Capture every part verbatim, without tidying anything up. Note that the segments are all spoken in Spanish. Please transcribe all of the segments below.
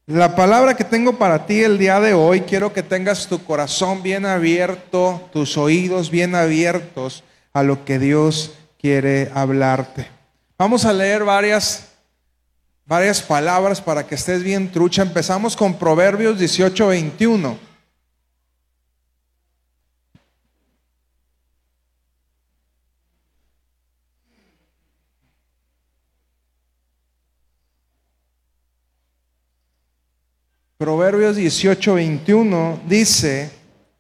La palabra que tengo para ti el día de hoy, quiero que tengas tu corazón bien abierto, tus oídos bien abiertos a lo que Dios quiere hablarte. Vamos a leer varias, varias palabras para que estés bien trucha. Empezamos con Proverbios dieciocho veintiuno. Proverbios dieciocho veintiuno dice: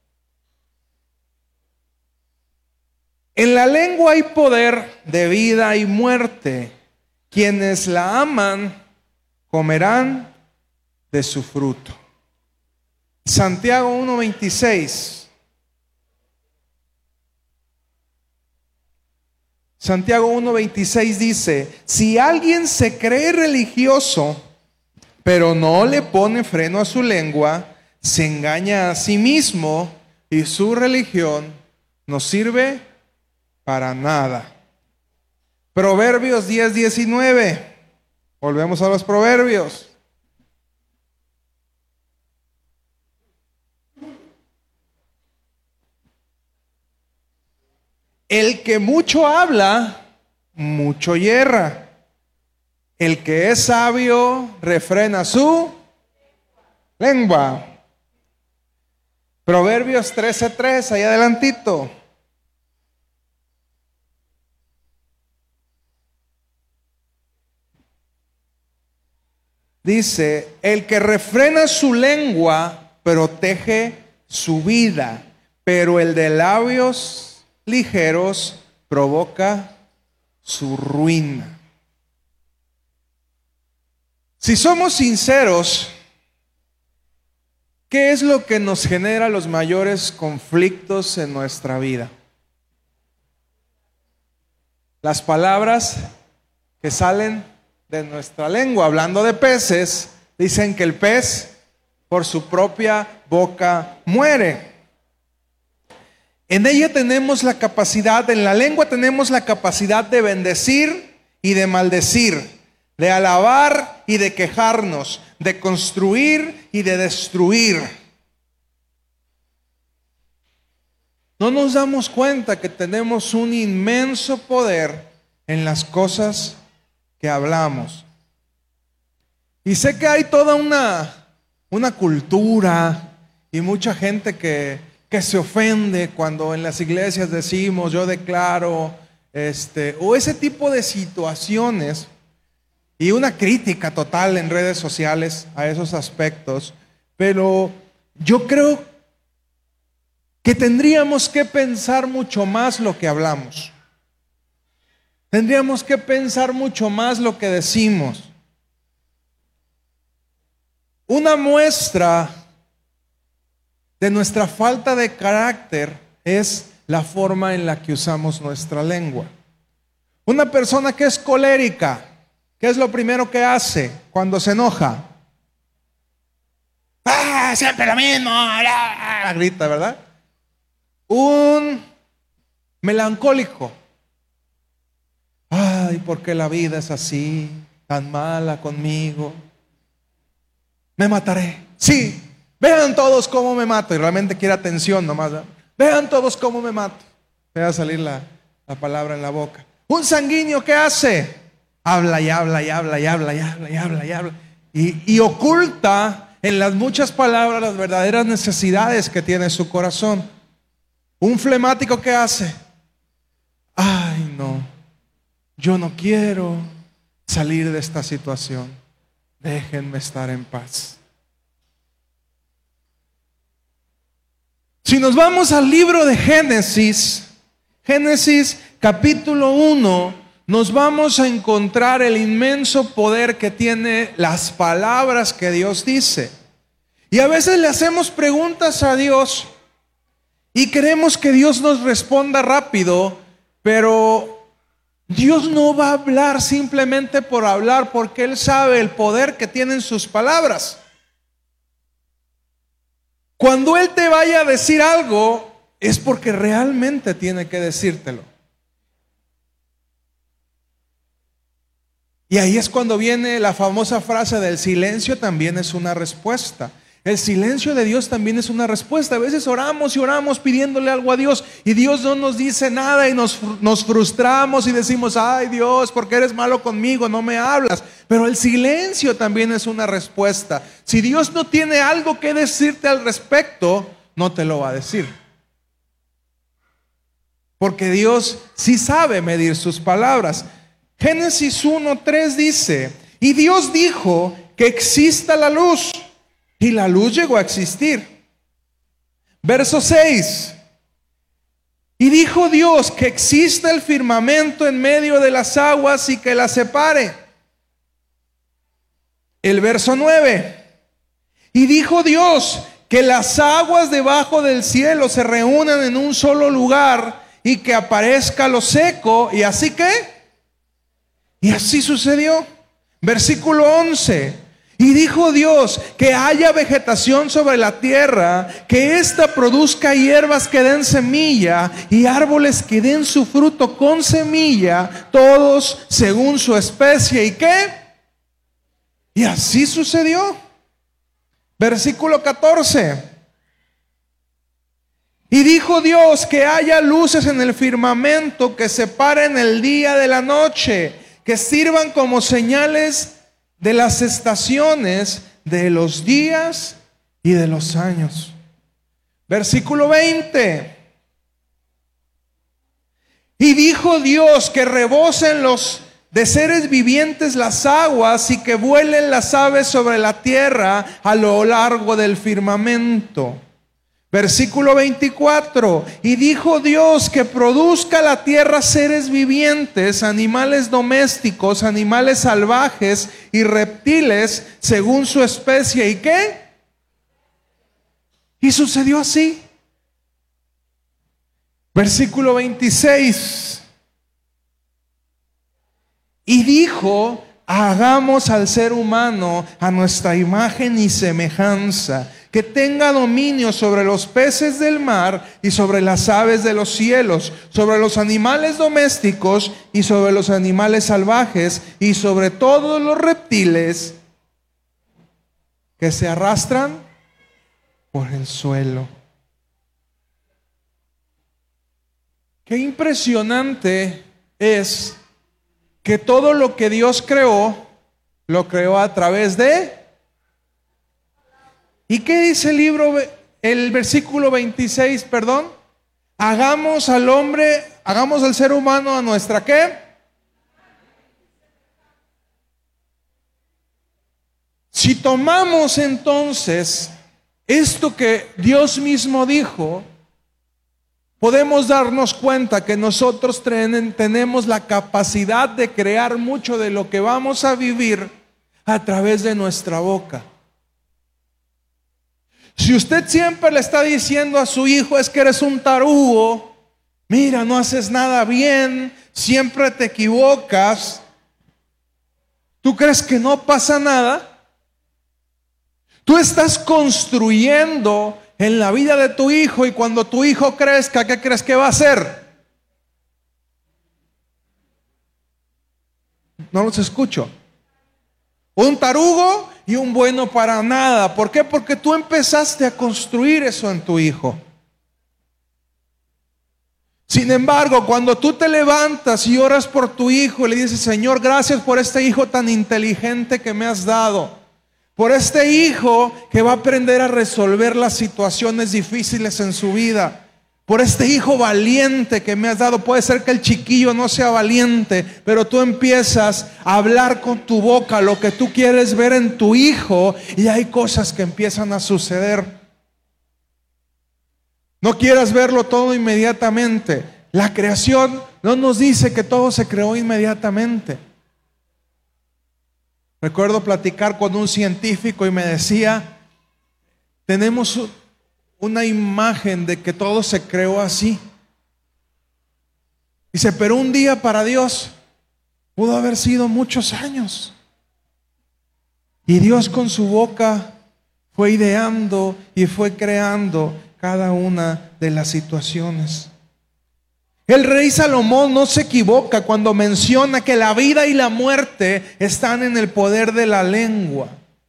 en la lengua hay poder de vida y muerte. Quienes la aman comerán de su fruto. Santiago uno veintiséis. Santiago uno veintiséis dice: si alguien se cree religioso, pero no le pone freno a su lengua, se engaña a sí mismo y su religión no sirve para nada. Proverbios diez diecinueve. Volvemos a los proverbios. El que mucho habla, mucho yerra. El que es sabio refrena su lengua. Proverbios trece tres, ahí adelantito. Dice: el que refrena su lengua protege su vida, pero el de labios ligeros provoca su ruina. Si somos sinceros, ¿qué es lo que nos genera los mayores conflictos en nuestra vida? Las palabras que salen de nuestra lengua. Hablando de peces, dicen que el pez por su propia boca muere. En ella tenemos la capacidad, en la lengua tenemos la capacidad de bendecir y de maldecir, de alabar y de quejarnos, de construir y de destruir. No nos damos cuenta que tenemos un inmenso poder en las cosas que hablamos. Y sé que hay toda una, una cultura y mucha gente que, que se ofende cuando en las iglesias decimos yo declaro, este, o ese tipo de situaciones. Y una crítica total en redes sociales a esos aspectos. Pero yo creo que tendríamos que pensar mucho más lo que hablamos. Tendríamos que pensar mucho más lo que decimos. Una muestra de nuestra falta de carácter es la forma en la que usamos nuestra lengua. Una persona que es colérica, ¿qué es lo primero que hace cuando se enoja? ¡Ah, siempre lo mismo! ¡Ah! Grita, ¿verdad? Un melancólico. Ay, ¿por qué la vida es así? Tan mala conmigo. Me mataré. Sí, vean todos cómo me mato. Y realmente quiere atención nomás, ¿verdad? Vean todos cómo me mato. Me va a salir la, la palabra en la boca. Un sanguíneo, ¿qué hace? Habla y habla y habla y habla y habla y habla y habla y, y oculta en las muchas palabras las verdaderas necesidades que tiene su corazón. Un flemático, ¿qué hace? Ay, no, yo no quiero salir de esta situación. Déjenme estar en paz. Si nos vamos al libro de Génesis, Génesis capítulo uno, nos vamos a encontrar el inmenso poder que tiene las palabras que Dios dice. Y a veces le hacemos preguntas a Dios y queremos que Dios nos responda rápido, pero Dios no va a hablar simplemente por hablar, porque Él sabe el poder que tienen sus palabras. Cuando Él te vaya a decir algo, es porque realmente tiene que decírtelo. Y ahí es cuando viene la famosa frase del silencio también es una respuesta. El silencio de Dios también es una respuesta. A veces oramos y oramos pidiéndole algo a Dios y Dios no nos dice nada y nos, nos frustramos y decimos, ay Dios, ¿por qué eres malo conmigo? No me hablas. Pero el silencio también es una respuesta. Si Dios no tiene algo que decirte al respecto, no te lo va a decir. Porque Dios sí sabe medir sus palabras. Génesis uno tres dice, y Dios dijo que exista la luz, y la luz llegó a existir. Verso seis, y dijo Dios que exista el firmamento en medio de las aguas y que las separe. El verso nueve, y dijo Dios que las aguas debajo del cielo se reúnan en un solo lugar y que aparezca lo seco, y así que... Y así sucedió. Versículo once. Y dijo Dios que haya vegetación sobre la tierra, que ésta produzca hierbas que den semilla y árboles que den su fruto con semilla, todos según su especie. ¿Y qué? Y así sucedió. Versículo catorce. Y dijo Dios que haya luces en el firmamento que separen el día de la noche, que sirvan como señales de las estaciones, de los días y de los años. Versículo veinte. Y dijo Dios que rebosen los de seres vivientes las aguas y que vuelen las aves sobre la tierra a lo largo del firmamento. Versículo veinticuatro. Y dijo Dios que produzca la tierra seres vivientes, animales domésticos, animales salvajes y reptiles según su especie. ¿Y qué? Y sucedió así. Versículo veintiséis. Y dijo, hagamos al ser humano a nuestra imagen y semejanza, que tenga dominio sobre los peces del mar y sobre las aves de los cielos, sobre los animales domésticos y sobre los animales salvajes y sobre todos los reptiles que se arrastran por el suelo. Qué impresionante es que todo lo que Dios creó, lo creó a través de... ¿Y qué dice el libro, el versículo veintiséis, perdón? Hagamos al hombre, hagamos al ser humano a nuestra ¿qué? Si tomamos entonces esto que Dios mismo dijo, podemos darnos cuenta que nosotros tenemos la capacidad de crear mucho de lo que vamos a vivir a través de nuestra boca. Si usted siempre le está diciendo a su hijo, es que eres un tarugo, mira, no haces nada bien, siempre te equivocas, ¿tú crees que no pasa nada? Tú estás construyendo en la vida de tu hijo, y cuando tu hijo crezca, ¿qué crees que va a hacer? No los escucho. Un tarugo y un bueno para nada. ¿Por qué? Porque tú empezaste a construir eso en tu hijo. Sin embargo, cuando tú te levantas y oras por tu hijo y le dices, Señor, gracias por este hijo tan inteligente que me has dado, por este hijo que va a aprender a resolver las situaciones difíciles en su vida, por este hijo valiente que me has dado. Puede ser que el chiquillo no sea valiente, pero tú empiezas a hablar con tu boca lo que tú quieres ver en tu hijo, y hay cosas que empiezan a suceder. No quieras verlo todo inmediatamente. La creación no nos dice que todo se creó inmediatamente. Recuerdo platicar con un científico y me decía, tenemos una imagen de que todo se creó así. Dice, pero un día para Dios pudo haber sido muchos años. Y Dios con su boca fue ideando y fue creando cada una de las situaciones. El rey Salomón no se equivoca cuando menciona que la vida y la muerte están en el poder de la lengua.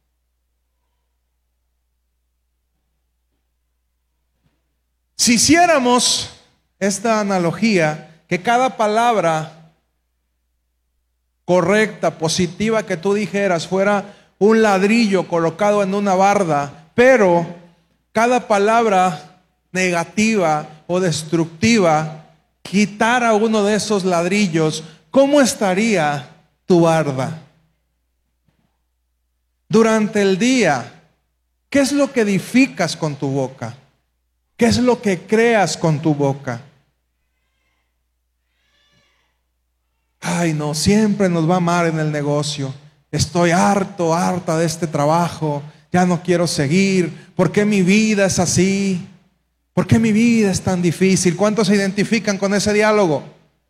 Si hiciéramos esta analogía, que cada palabra correcta, positiva que tú dijeras fuera un ladrillo colocado en una barda, pero cada palabra negativa o destructiva quitara uno de esos ladrillos, ¿cómo estaría tu barda? Durante el día, ¿qué es lo que edificas con tu boca? ¿Qué es lo que creas con tu boca? Ay, no, siempre nos va mal en el negocio. Estoy harto, harta de este trabajo. Ya no quiero seguir. ¿Por qué mi vida es así? ¿Por qué mi vida es tan difícil? ¿Cuántos se identifican con ese diálogo?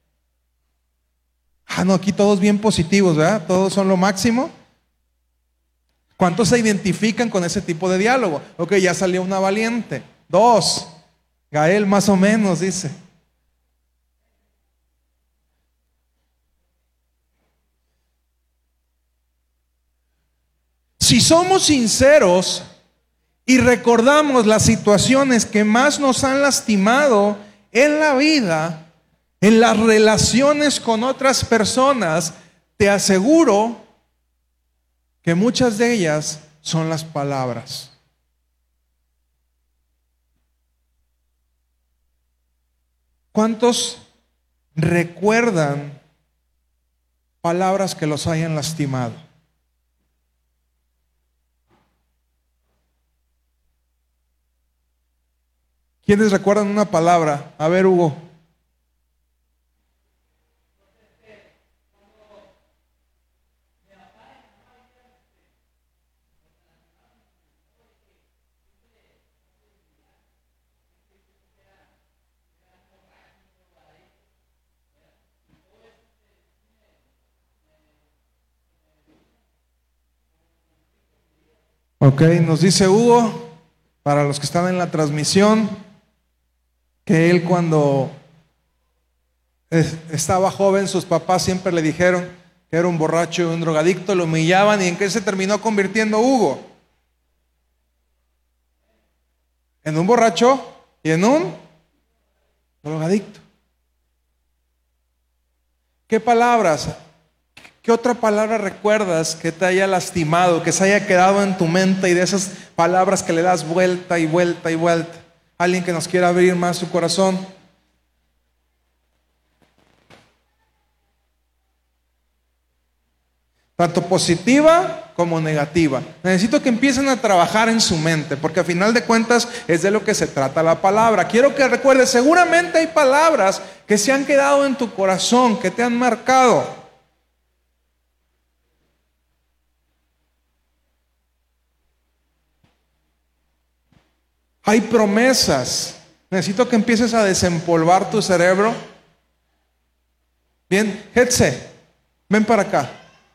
Ah, no, aquí todos bien positivos, ¿verdad? Todos son lo máximo. ¿Cuántos se identifican con ese tipo de diálogo? Ok, ya salió una valiente. Dos. Gael más o menos dice. Si somos sinceros y recordamos las situaciones que más nos han lastimado en la vida, en las relaciones con otras personas, te aseguro que muchas de ellas son las palabras. ¿Cuántos recuerdan palabras que los hayan lastimado? ¿Quiénes recuerdan una palabra? A ver, Hugo. Ok, nos dice Hugo, para los que están en la transmisión, que él cuando estaba joven, sus papás siempre le dijeron que era un borracho y un drogadicto, lo humillaban. ¿Y en qué se terminó convirtiendo Hugo? En un borracho y en un drogadicto. ¿Qué palabras? ¿Qué otra palabra recuerdas que te haya lastimado, que se haya quedado en tu mente, y de esas palabras que le das vuelta y vuelta y vuelta? Alguien que nos quiera abrir más su corazón. Tanto positiva como negativa. Necesito que empiecen a trabajar en su mente, porque a final de cuentas es de lo que se trata la palabra. Quiero que recuerdes, seguramente hay palabras que se han quedado en tu corazón, que te han marcado. Hay promesas. Necesito que empieces a desempolvar tu cerebro. Bien, Hetze, ven para acá.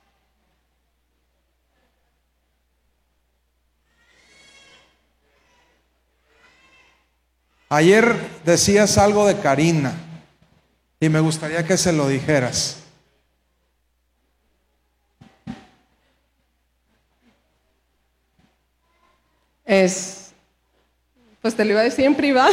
Ayer decías algo de Karina y me gustaría que se lo dijeras. Es, pues te lo iba a decir en privado,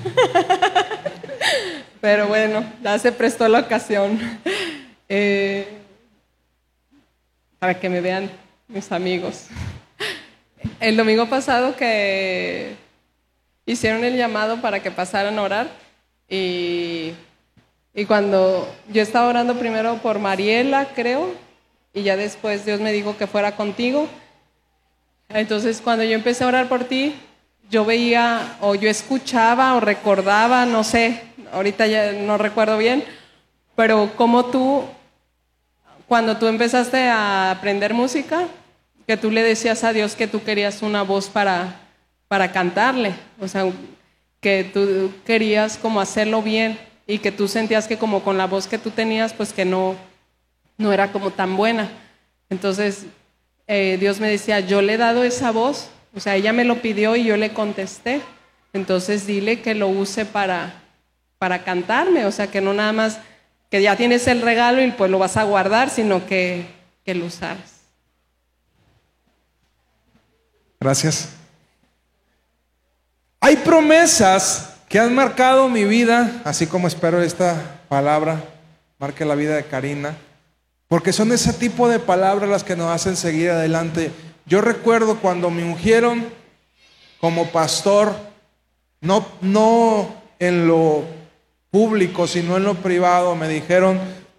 pero bueno, ya se prestó la ocasión. Eh, para que me vean mis amigos. El domingo pasado que hicieron el llamado para que pasaran a orar, y, y cuando yo estaba orando primero por Mariela, creo, y ya después Dios me dijo que fuera contigo. Entonces cuando yo empecé a orar por ti, yo veía, o yo escuchaba, o recordaba, no sé, ahorita ya no recuerdo bien, pero como tú, cuando tú empezaste a aprender música, que tú le decías a Dios que tú querías una voz para, para cantarle, o sea, que tú querías como hacerlo bien, y que tú sentías que como con la voz que tú tenías, pues que no, no era como tan buena. Entonces eh, Dios me decía, yo le he dado esa voz, o sea, ella me lo pidió y yo le contesté, entonces dile que lo use para, para cantarme, o sea, que no nada más que ya tienes el regalo y pues lo vas a guardar, sino que, que lo usaras. Gracias. Hay promesas que han marcado mi vida, así como espero esta palabra marque la vida de Karina, porque son ese tipo de palabras las que nos hacen seguir adelante. Yo recuerdo cuando me ungieron como pastor, no, no en lo público, sino en lo privado, me dijeron,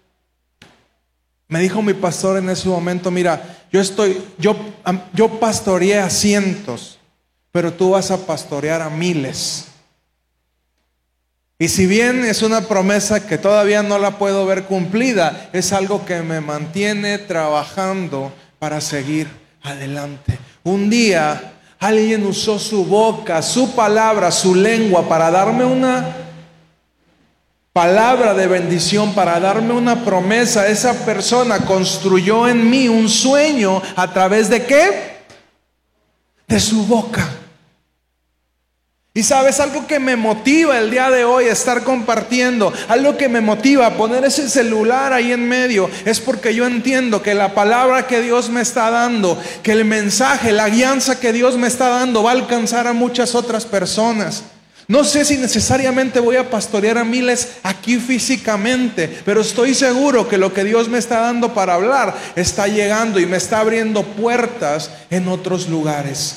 me dijo mi pastor en ese momento, mira, yo estoy, yo, yo pastoreé a cientos, pero tú vas a pastorear a miles. Y si bien es una promesa que todavía no la puedo ver cumplida, es algo que me mantiene trabajando para seguir adelante. Un día alguien usó su boca, su palabra, su lengua para darme una palabra de bendición, para darme una promesa. Esa persona construyó en mí un sueño a través de ¿qué? De su boca. Y sabes, algo que me motiva el día de hoy a estar compartiendo, algo que me motiva a poner ese celular ahí en medio, es porque yo entiendo que la palabra que Dios me está dando, que el mensaje, la guianza que Dios me está dando va a alcanzar a muchas otras personas. No sé si necesariamente voy a pastorear a miles aquí físicamente, pero estoy seguro que lo que Dios me está dando para hablar está llegando y me está abriendo puertas en otros lugares.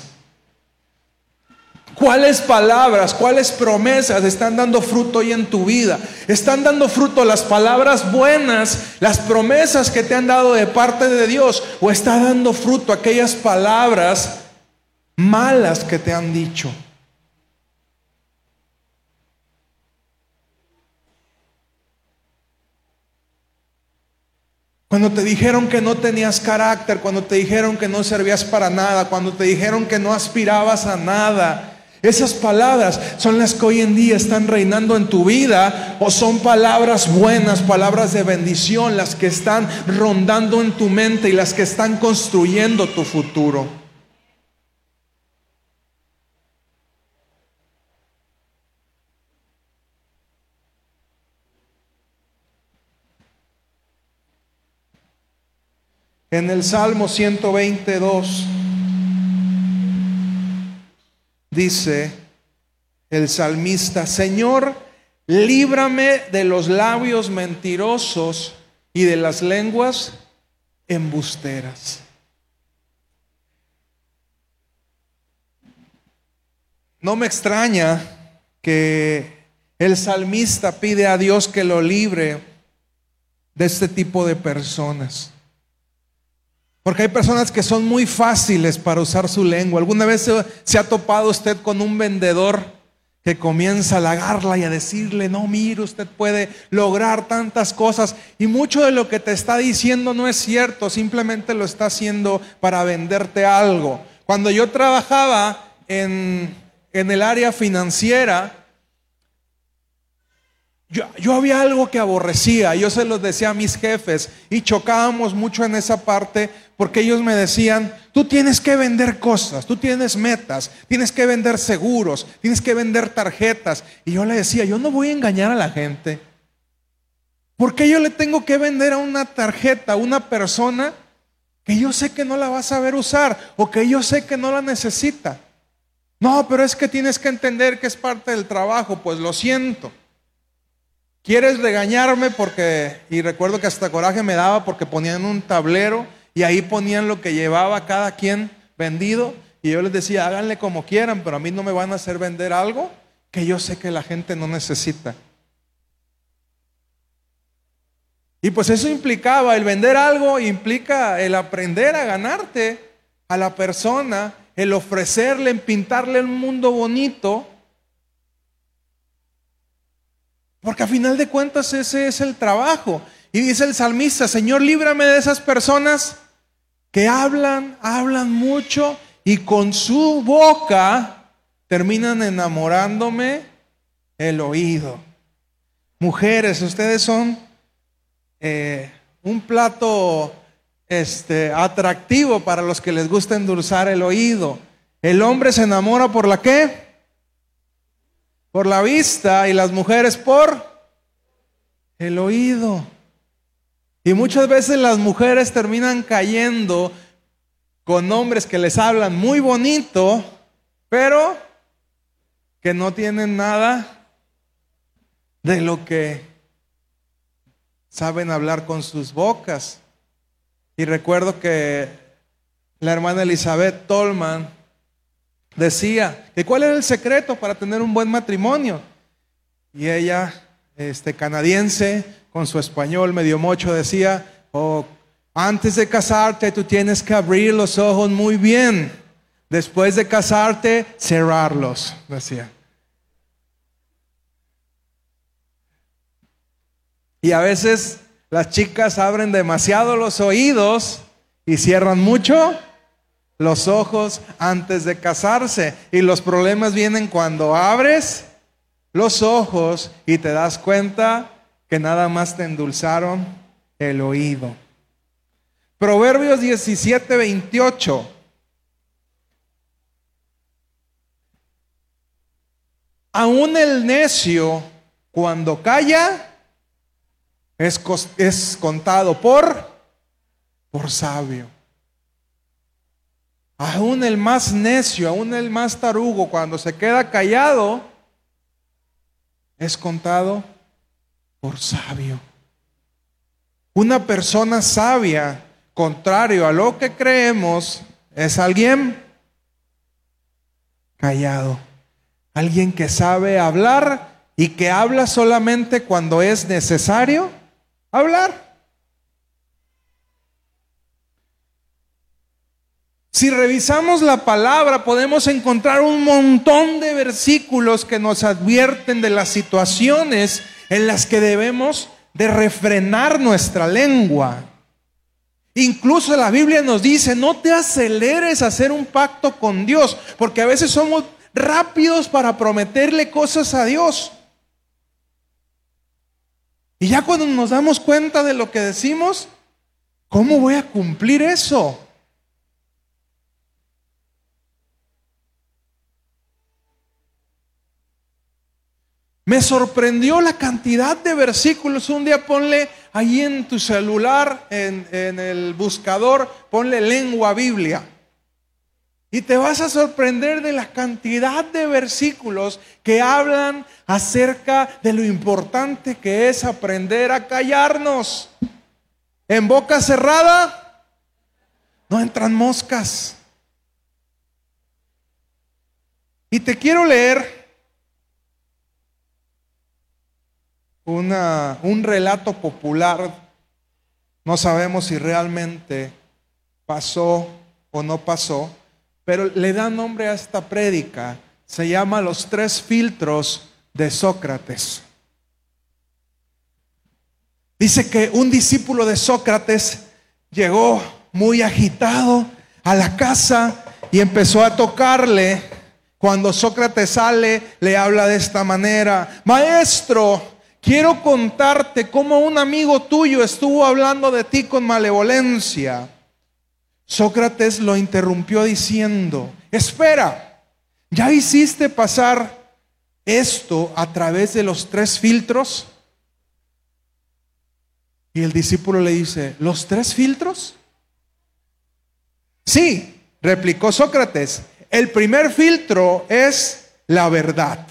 ¿Cuáles palabras, cuáles promesas están dando fruto hoy en tu vida? Están dando fruto las palabras buenas, las promesas que te han dado de parte de Dios, o está dando fruto aquellas palabras malas que te han dicho. Cuando te dijeron que no tenías carácter, cuando te dijeron que no servías para nada, cuando te dijeron que no aspirabas a nada, esas palabras son las que hoy en día están reinando en tu vida, o son palabras buenas, palabras de bendición, las que están rondando en tu mente y las que están construyendo tu futuro. En el Salmo ciento veintidós dice el salmista: Señor, líbrame de los labios mentirosos y de las lenguas embusteras. No me extraña que el salmista pide a Dios que lo libre de este tipo de personas. Porque hay personas que son muy fáciles para usar su lengua. ¿Alguna vez se, se ha topado usted con un vendedor que comienza a halagarla y a decirle: no, mire, usted puede lograr tantas cosas? Y mucho de lo que te está diciendo no es cierto, simplemente lo está haciendo para venderte algo. Cuando yo trabajaba en, en el área financiera, Yo, yo había algo que aborrecía, yo se los decía a mis jefes y chocábamos mucho en esa parte, porque ellos me decían: tú tienes que vender cosas, tú tienes metas, tienes que vender seguros, tienes que vender tarjetas. Y yo le decía: yo no voy a engañar a la gente. ¿Por qué yo le tengo que vender a una tarjeta a una persona que yo sé que no la va a saber usar o que yo sé que no la necesita? No, pero es que tienes que entender que es parte del trabajo. Pues lo siento. ¿Quieres regañarme? Porque, y recuerdo que hasta coraje me daba, porque ponían un tablero y ahí ponían lo que llevaba cada quien vendido, y yo les decía: háganle como quieran, pero a mí no me van a hacer vender algo que yo sé que la gente no necesita. Y pues eso implicaba, el vender algo implica el aprender a ganarte a la persona, el ofrecerle, en pintarle un mundo bonito. Porque a final de cuentas ese es el trabajo. Y dice el salmista: Señor, líbrame de esas personas que hablan, hablan mucho y con su boca terminan enamorándome el oído. Mujeres, ustedes son eh, un plato este, atractivo para los que les gusta endulzar el oído. El hombre se enamora por la ¿qué? por la vista y las mujeres por el oído. Y muchas veces las mujeres terminan cayendo con hombres que les hablan muy bonito, pero que no tienen nada de lo que saben hablar con sus bocas. Y recuerdo que la hermana Elizabeth Tolman decía que cuál era el secreto para tener un buen matrimonio. Y ella, este, canadiense, con su español medio mocho, decía: oh, antes de casarte tú tienes que abrir los ojos muy bien. Después de casarte, cerrarlos, decía. Y a veces las chicas abren demasiado los oídos y cierran mucho los ojos antes de casarse. Y los problemas vienen cuando abres los ojos y te das cuenta que nada más te endulzaron el oído. Proverbios diecisiete veintiocho. Aún el necio, cuando calla, es, es contado por, por sabio. Aún el más necio, aún el más tarugo, cuando se queda callado, es contado por sabio. Una persona sabia, contrario a lo que creemos, es alguien callado. Alguien que sabe hablar y que habla solamente cuando es necesario hablar. Si revisamos la palabra, podemos encontrar un montón de versículos que nos advierten de las situaciones en las que debemos de refrenar nuestra lengua. Incluso la Biblia nos dice: no te aceleres a hacer un pacto con Dios, porque a veces somos rápidos para prometerle cosas a Dios. Y ya cuando nos damos cuenta de lo que decimos, ¿cómo voy a cumplir eso? Me sorprendió la cantidad de versículos. Un día ponle ahí en tu celular, en, en el buscador, ponle lengua Biblia. Y te vas a sorprender de la cantidad de versículos que hablan acerca de lo importante que es aprender a callarnos. En boca cerrada no entran moscas. Y te quiero leer Una, un relato popular. No sabemos si realmente pasó o no pasó, pero le da nombre a esta prédica. Se llama Los tres filtros de Sócrates. Dice que un discípulo de Sócrates llegó muy agitado a la casa y empezó a tocarle. Cuando Sócrates sale, le habla de esta manera: maestro, quiero contarte cómo un amigo tuyo estuvo hablando de ti con malevolencia. Sócrates lo interrumpió diciendo: espera, ¿ya hiciste pasar esto a través de los tres filtros? Y el discípulo le dice: ¿los tres filtros? Sí, replicó Sócrates, el primer filtro es la verdad.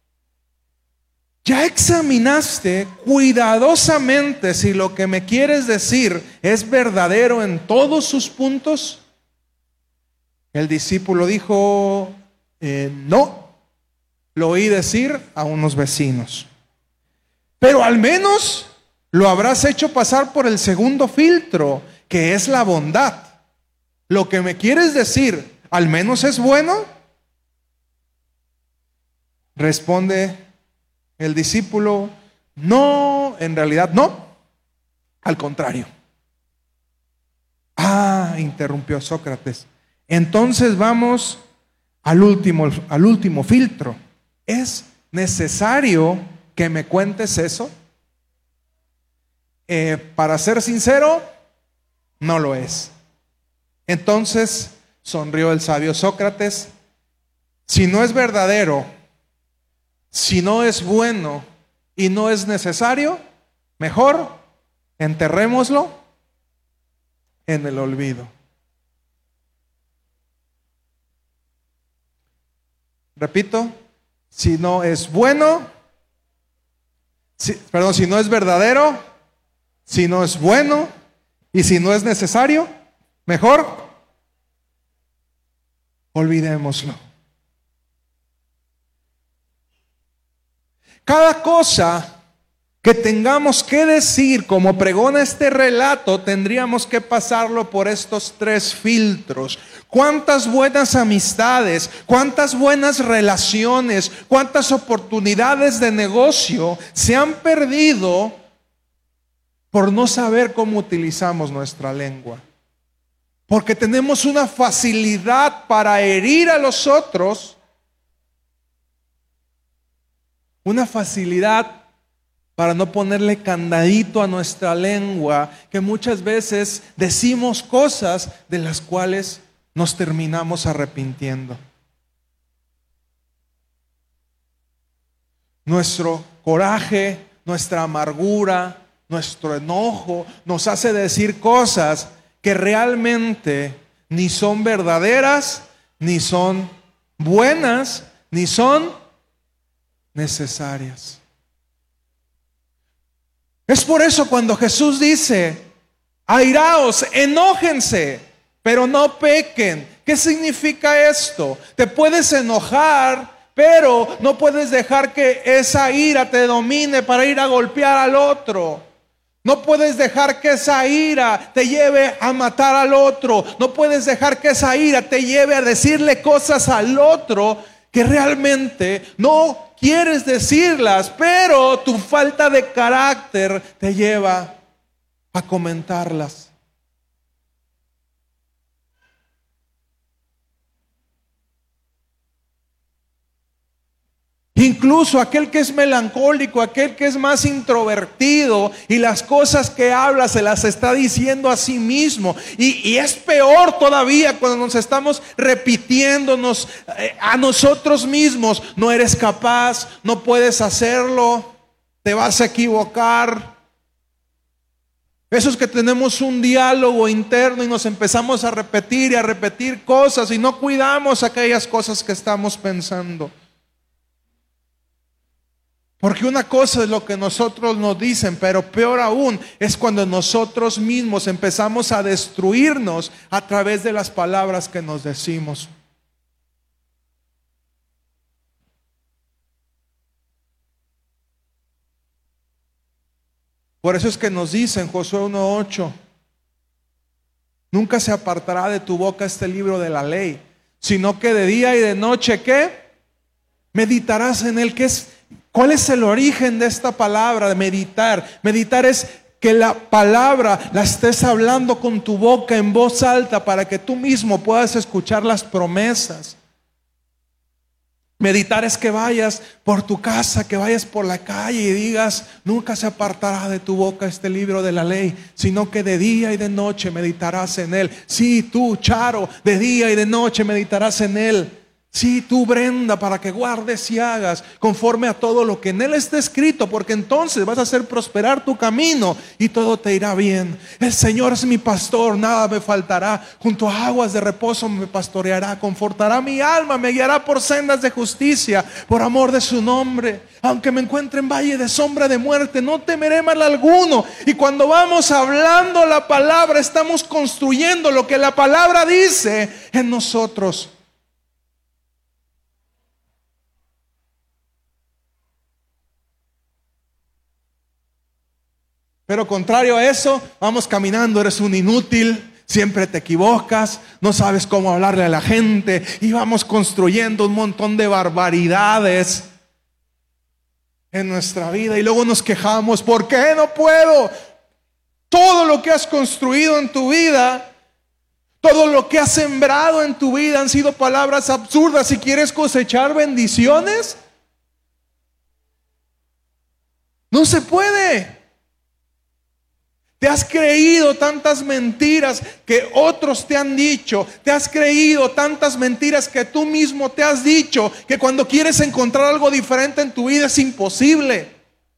¿Ya examinaste cuidadosamente si lo que me quieres decir es verdadero en todos sus puntos? El discípulo dijo: eh, no, lo oí decir a unos vecinos. Pero al menos lo habrás hecho pasar por el segundo filtro, que es la bondad. ¿Lo que me quieres decir al menos es bueno? Responde el discípulo: no, en realidad no, al contrario. Ah, interrumpió Sócrates, entonces vamos al último, al último filtro. ¿Es necesario que me cuentes eso? Eh, para ser sincero, no lo es. Entonces sonrió el sabio Sócrates: si no es verdadero, si no es bueno y no es necesario, mejor enterrémoslo en el olvido. Repito, si no es bueno, si, perdón, si no es verdadero, si no es bueno y si no es necesario, mejor olvidémoslo. Cada cosa que tengamos que decir, como pregona este relato, tendríamos que pasarlo por estos tres filtros. ¿Cuántas buenas amistades, cuántas buenas relaciones, cuántas oportunidades de negocio se han perdido por no saber cómo utilizamos nuestra lengua? Porque tenemos una facilidad para herir a los otros, una facilidad para no ponerle candadito a nuestra lengua, que muchas veces decimos cosas de las cuales nos terminamos arrepintiendo. Nuestro coraje, nuestra amargura, nuestro enojo nos hace decir cosas que realmente ni son verdaderas, ni son buenas, ni son necesarias. Es por eso cuando Jesús dice, airaos, enójense, pero no pequen. ¿Qué significa esto? Te puedes enojar, pero no puedes dejar que esa ira te domine para ir a golpear al otro. No puedes dejar que esa ira te lleve a matar al otro. No puedes dejar que esa ira te lleve a decirle cosas al otro que realmente no quieres decirlas, pero tu falta de carácter te lleva a comentarlas. Incluso aquel que es melancólico, aquel que es más introvertido y las cosas que habla se las está diciendo a sí mismo. Y, y es peor todavía cuando nos estamos repitiéndonos eh, a nosotros mismos. No eres capaz, no puedes hacerlo, te vas a equivocar. Eso es que tenemos un diálogo interno y nos empezamos a repetir y a repetir cosas y no cuidamos aquellas cosas que estamos pensando. Porque una cosa es lo que nosotros nos dicen, pero peor aún es cuando nosotros mismos empezamos a destruirnos a través de las palabras que nos decimos. Por eso es que nos dicen Josué uno ocho, nunca se apartará de tu boca este libro de la ley, sino que de día y de noche, ¿qué? Meditarás en él. ¿Qué es? ¿Cuál es el origen de esta palabra de meditar? Meditar es que la palabra la estés hablando con tu boca en voz alta para que tú mismo puedas escuchar las promesas. Meditar es que vayas por tu casa, que vayas por la calle y digas, nunca se apartará de tu boca este libro de la ley, sino que de día y de noche meditarás en él. Sí, tú, Charo, de día y de noche meditarás en él. Sí, tú, Brenda, para que guardes y hagas conforme a todo lo que en él está escrito, porque entonces vas a hacer prosperar tu camino y todo te irá bien. El Señor es mi pastor, nada me faltará. Junto a aguas de reposo me pastoreará, confortará mi alma, me guiará por sendas de justicia, por amor de su nombre. Aunque me encuentre en valle de sombra de muerte, no temeré mal alguno. Y cuando vamos hablando la palabra, estamos construyendo lo que la palabra dice en nosotros. Pero contrario a eso, vamos caminando, eres un inútil, siempre te equivocas, no sabes cómo hablarle a la gente y vamos construyendo un montón de barbaridades en nuestra vida y luego nos quejamos, ¿por qué no puedo? Todo lo que has construido en tu vida, todo lo que has sembrado en tu vida han sido palabras absurdas. Si quieres cosechar bendiciones, no se puede. Te has creído tantas mentiras que otros te han dicho. Te has creído tantas mentiras que tú mismo te has dicho, que cuando quieres encontrar algo diferente en tu vida es imposible.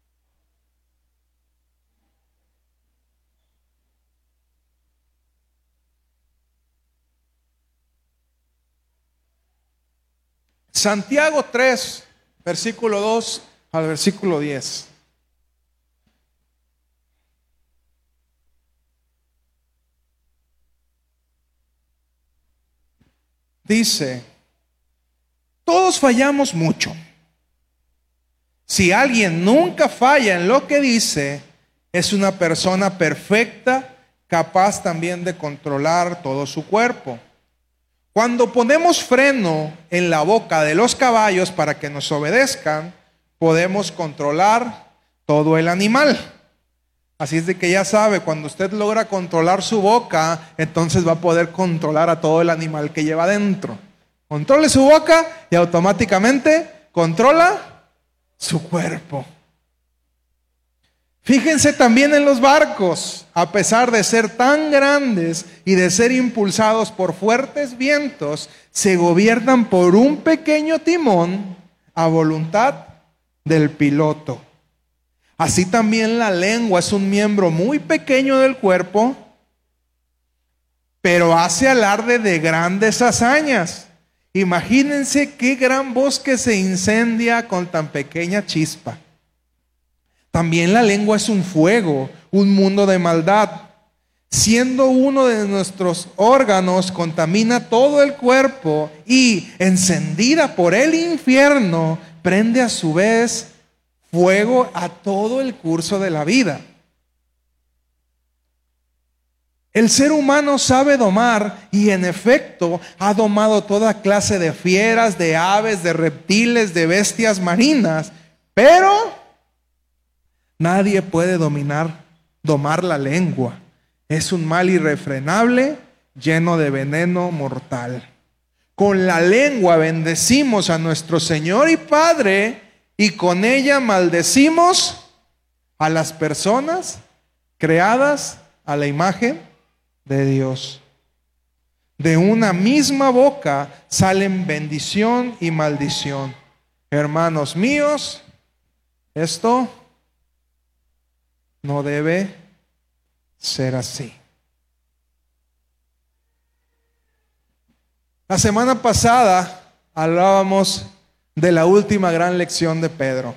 Santiago tres, versículo dos al versículo diez. Dice: todos fallamos mucho. Si alguien nunca falla en lo que dice, es una persona perfecta, capaz también de controlar todo su cuerpo. Cuando ponemos freno en la boca de los caballos para que nos obedezcan, podemos controlar todo el animal. Así es de que ya sabe, cuando usted logra controlar su boca, entonces va a poder controlar a todo el animal que lleva adentro. Controle su boca y automáticamente controla su cuerpo. Fíjense también en los barcos, a pesar de ser tan grandes y de ser impulsados por fuertes vientos, se gobiernan por un pequeño timón a voluntad del piloto. Así también la lengua es un miembro muy pequeño del cuerpo, pero hace alarde de grandes hazañas. Imagínense qué gran bosque se incendia con tan pequeña chispa. También la lengua es un fuego, un mundo de maldad. Siendo uno de nuestros órganos, contamina todo el cuerpo y, encendida por el infierno, prende a su vez fuego a todo el curso de la vida. El ser humano sabe domar y en efecto ha domado toda clase de fieras, de aves, de reptiles, de bestias marinas, pero nadie puede dominar, domar la lengua. Es un mal irrefrenable, lleno de veneno mortal. Con la lengua bendecimos a nuestro Señor y Padre, y con ella maldecimos a las personas creadas a la imagen de Dios. De una misma boca salen bendición y maldición. Hermanos míos, esto no debe ser así. La semana pasada hablábamos de la última gran lección de Pedro.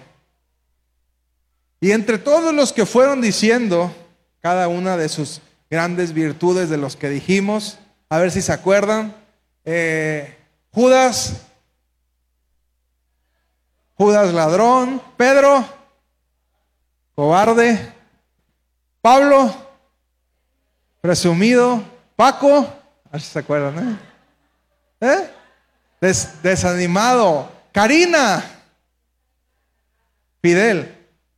Y entre todos los que fueron diciendo cada una de sus grandes virtudes de los que dijimos, a ver si se acuerdan, eh, Judas, Judas ladrón, Pedro, cobarde, Pablo, presumido, Paco, a ver si se acuerdan, ¿eh? ¿Eh? Des, desanimado, Karina, Fidel,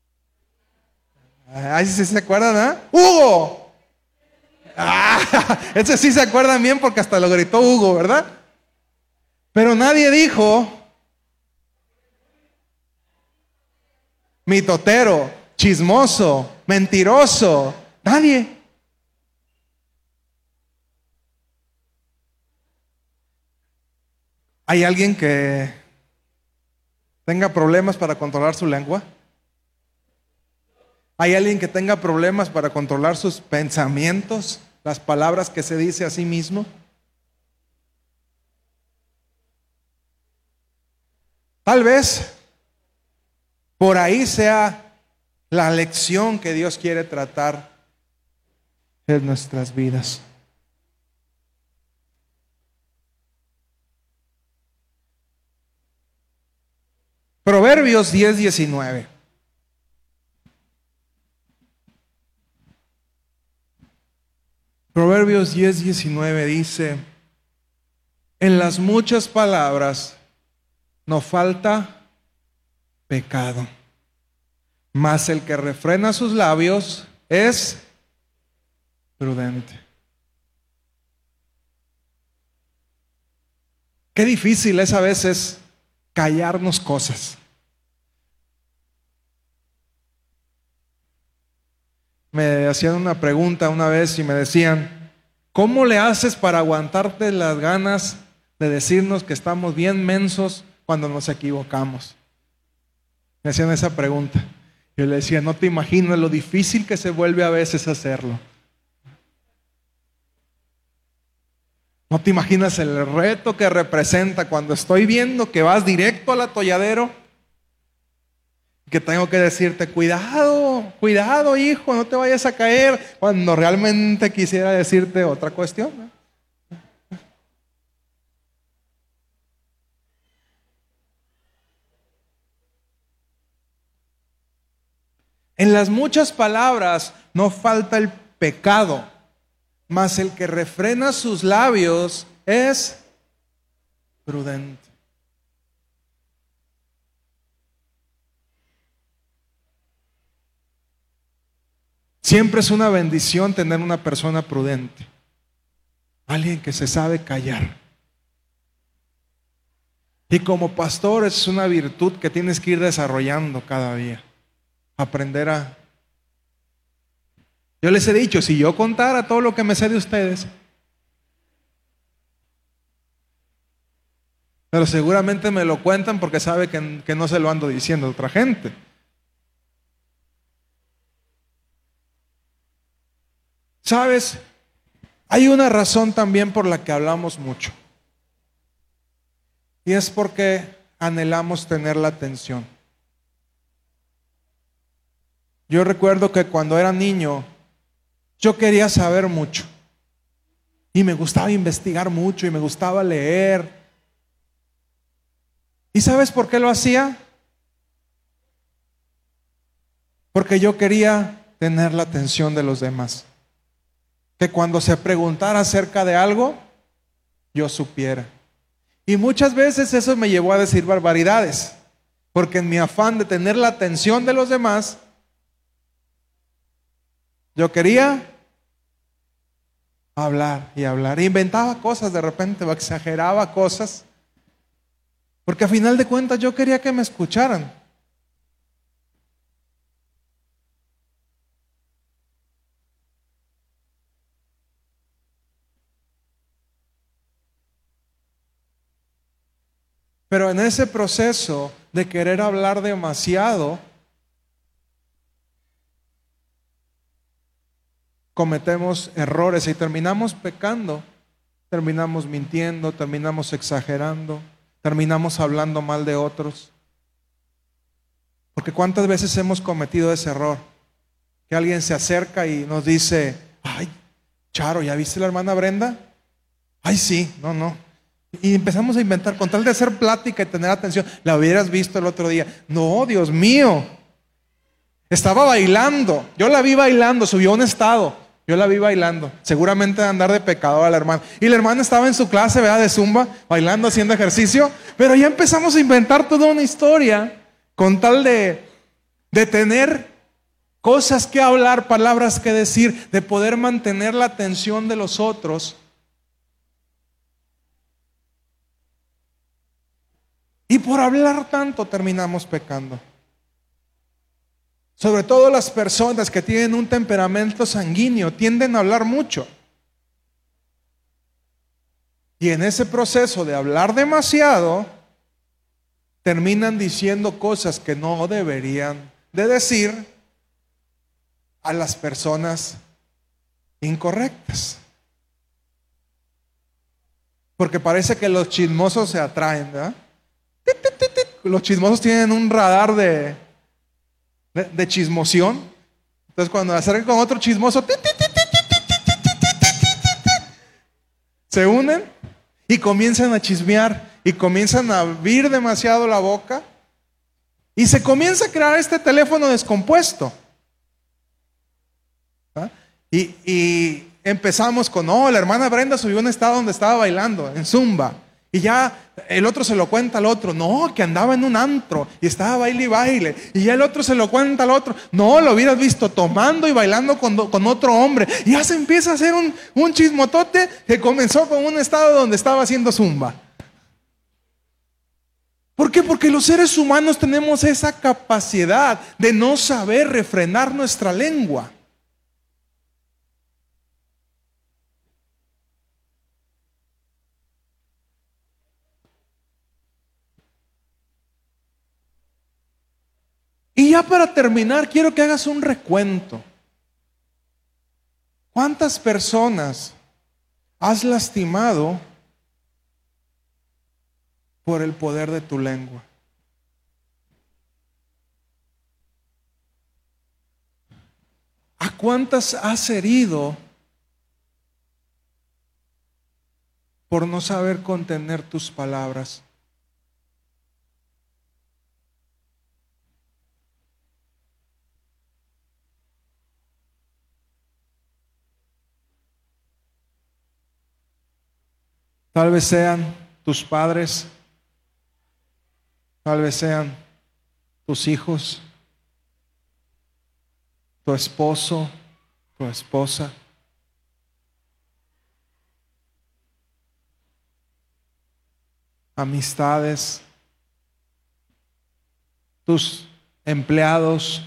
ahí sí se acuerdan, ¿eh? Hugo, ah, ese sí se acuerdan bien porque hasta lo gritó Hugo, ¿verdad? Pero nadie dijo mitotero, chismoso, mentiroso, nadie. ¿Hay alguien que tenga problemas para controlar su lengua? ¿Hay alguien que tenga problemas para controlar sus pensamientos, las palabras que se dice a sí mismo? Tal vez por ahí sea la lección que Dios quiere tratar en nuestras vidas. Proverbios diez, diecinueve. Proverbios diez, diecinueve dice: en las muchas palabras no falta pecado, mas el que refrena sus labios es prudente. Qué difícil es a veces callarnos cosas. me hacían una pregunta una vez y me decían, ¿cómo le haces para aguantarte las ganas de decirnos que estamos bien mensos cuando nos equivocamos? Me hacían esa pregunta. Yo le decía, no te imaginas lo difícil que se vuelve a veces hacerlo. No te imaginas el reto que representa cuando estoy viendo que vas directo al atolladero, que tengo que decirte, cuidado, cuidado hijo, no te vayas a caer, cuando realmente quisiera decirte otra cuestión, ¿no? En las muchas palabras no falta el pecado, mas el que refrena sus labios es prudente. Siempre es una bendición tener una persona prudente, alguien que se sabe callar. Y como pastor es una virtud que tienes que ir desarrollando cada día. Aprender a... Yo les he dicho, si yo contara todo lo que me sé de ustedes, pero seguramente me lo cuentan porque sabe que, que no se lo ando diciendo a otra gente. ¿Sabes? Hay una razón también por la que hablamos mucho. Y es porque anhelamos tener la atención. Yo recuerdo que cuando era niño, yo quería saber mucho. Y me gustaba investigar mucho y me gustaba leer. ¿Y sabes por qué lo hacía? Porque yo quería tener la atención de los demás. Que cuando se preguntara acerca de algo, yo supiera. Y muchas veces eso me llevó a decir barbaridades. Porque en mi afán de tener la atención de los demás, yo quería hablar y hablar. Inventaba cosas de repente, o exageraba cosas. Porque a final de cuentas yo quería que me escucharan. Pero en ese proceso de querer hablar demasiado, cometemos errores y terminamos pecando, terminamos mintiendo, terminamos exagerando, terminamos hablando mal de otros. Porque ¿cuántas veces hemos cometido ese error? Que alguien se acerca y nos dice, ay, Charo, ¿ya viste la hermana Brenda? Ay, sí, no, no. Y empezamos a inventar, con tal de hacer plática y tener atención. La hubieras visto el otro día. No, Dios mío. Estaba bailando. Yo la vi bailando, subió un estado. Yo la vi bailando, seguramente de andar de pecador a la hermana. Y la hermana estaba en su clase, ¿verdad? De zumba, bailando, haciendo ejercicio. Pero ya empezamos a inventar toda una historia con tal de, de tener cosas que hablar, palabras que decir, de poder mantener la atención de los otros. Y por hablar tanto terminamos pecando. Sobre todo las personas que tienen un temperamento sanguíneo tienden a hablar mucho. Y en ese proceso de hablar demasiado, terminan diciendo cosas que no deberían de decir a las personas incorrectas. Porque parece que los chismosos se atraen, ¿verdad? Los chismosos tienen un radar de... De, de chismoción. Entonces cuando se acercan con otro chismoso, se unen y comienzan a chismear y comienzan a abrir demasiado la boca y se comienza a crear este teléfono descompuesto. ¿Ah? Y, y empezamos con, no, la hermana Brenda subió un estado donde estaba bailando en zumba. Y ya el otro se lo cuenta al otro, no, que andaba en un antro y estaba baile y baile. Y ya el otro se lo cuenta al otro, no, lo hubieras visto tomando y bailando con, con otro hombre. Y ya se empieza a hacer un, un chismotote que comenzó con un estado donde estaba haciendo zumba. ¿Por qué? Porque los seres humanos tenemos esa capacidad de no saber refrenar nuestra lengua. Y ya para terminar, quiero que hagas un recuento. ¿Cuántas personas has lastimado por el poder de tu lengua? ¿A cuántas has herido por no saber contener tus palabras? Tal vez sean tus padres, tal vez sean tus hijos, tu esposo, tu esposa. Amistades, tus empleados.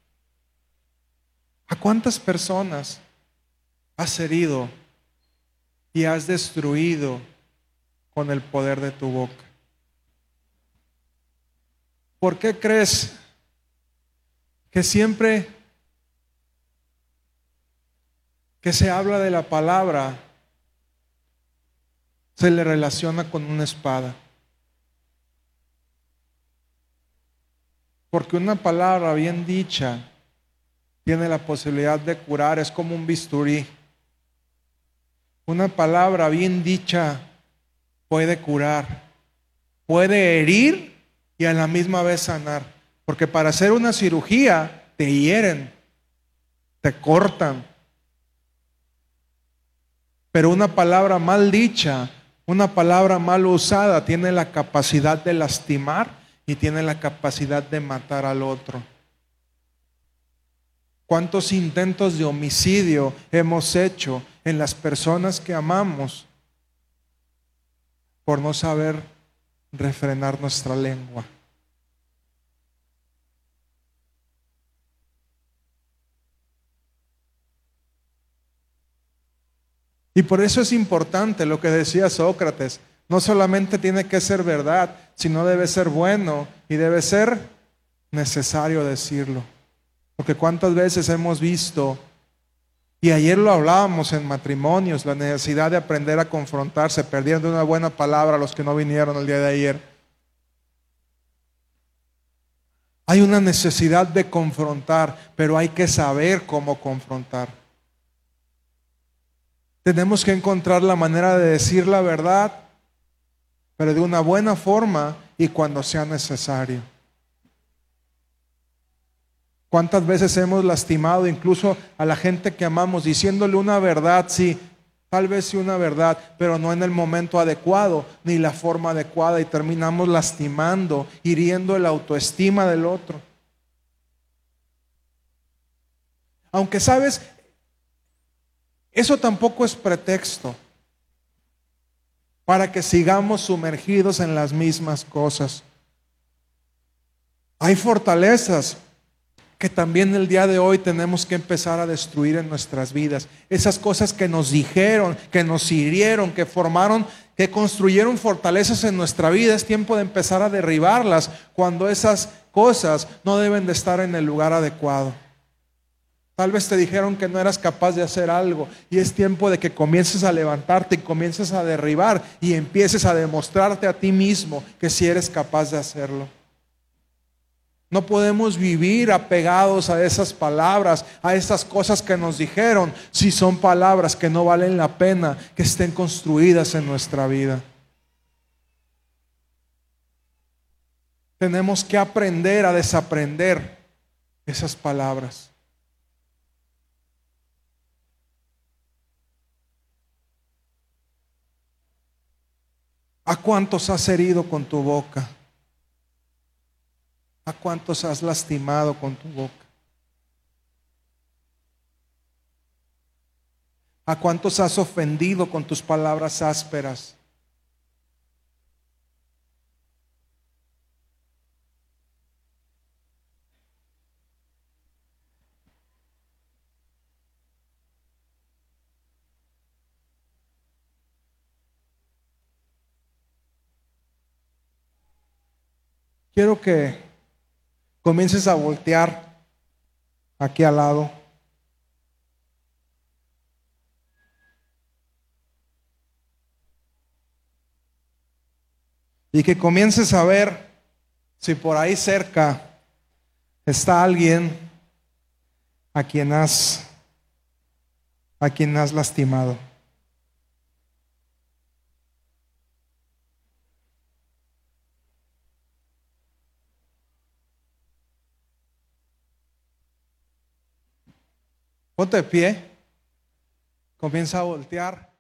¿A cuántas personas has herido y has destruido con el poder de tu boca? ¿Por qué crees que siempre que se habla de la palabra se le relaciona con una espada? Porque una palabra bien dicha tiene la posibilidad de curar, es como un bisturí. Una palabra bien dicha puede curar, puede herir y a la misma vez sanar. Porque para hacer una cirugía te hieren, te cortan. Pero una palabra mal dicha, una palabra mal usada tiene la capacidad de lastimar y tiene la capacidad de matar al otro. ¿Cuántos intentos de homicidio hemos hecho en las personas que amamos por no saber refrenar nuestra lengua? Y por eso es importante lo que decía Sócrates. No solamente tiene que ser verdad, sino debe ser bueno y debe ser necesario decirlo. Porque cuántas veces hemos visto, y ayer lo hablábamos en matrimonios, la necesidad de aprender a confrontarse, perdiendo una buena palabra a los que no vinieron el día de ayer. Hay una necesidad de confrontar, pero hay que saber cómo confrontar. Tenemos que encontrar la manera de decir la verdad, pero de una buena forma y cuando sea necesario. ¿Cuántas veces hemos lastimado incluso a la gente que amamos diciéndole una verdad? Sí, tal vez sí una verdad, pero no en el momento adecuado ni la forma adecuada y terminamos lastimando, hiriendo la autoestima del otro. Aunque sabes, eso tampoco es pretexto para que sigamos sumergidos en las mismas cosas. Hay fortalezas que también el día de hoy tenemos que empezar a destruir en nuestras vidas. Esas cosas que nos dijeron, que nos hirieron, que formaron, que construyeron fortalezas en nuestra vida, es tiempo de empezar a derribarlas cuando esas cosas no deben de estar en el lugar adecuado. Tal vez te dijeron que no eras capaz de hacer algo y es tiempo de que comiences a levantarte y comiences a derribar y empieces a demostrarte a ti mismo que sí eres capaz de hacerlo. No podemos vivir apegados a esas palabras, a esas cosas que nos dijeron, si son palabras que no valen la pena que estén construidas en nuestra vida. Tenemos que aprender a desaprender esas palabras. ¿A cuántos has herido con tu boca? ¿A cuántos has lastimado con tu boca? ¿A cuántos has ofendido con tus palabras ásperas? Quiero que comiences a voltear aquí al lado. Y que comiences a ver si por ahí cerca está alguien a quien has, a quien has lastimado. Ponte de pie, comienza a voltear.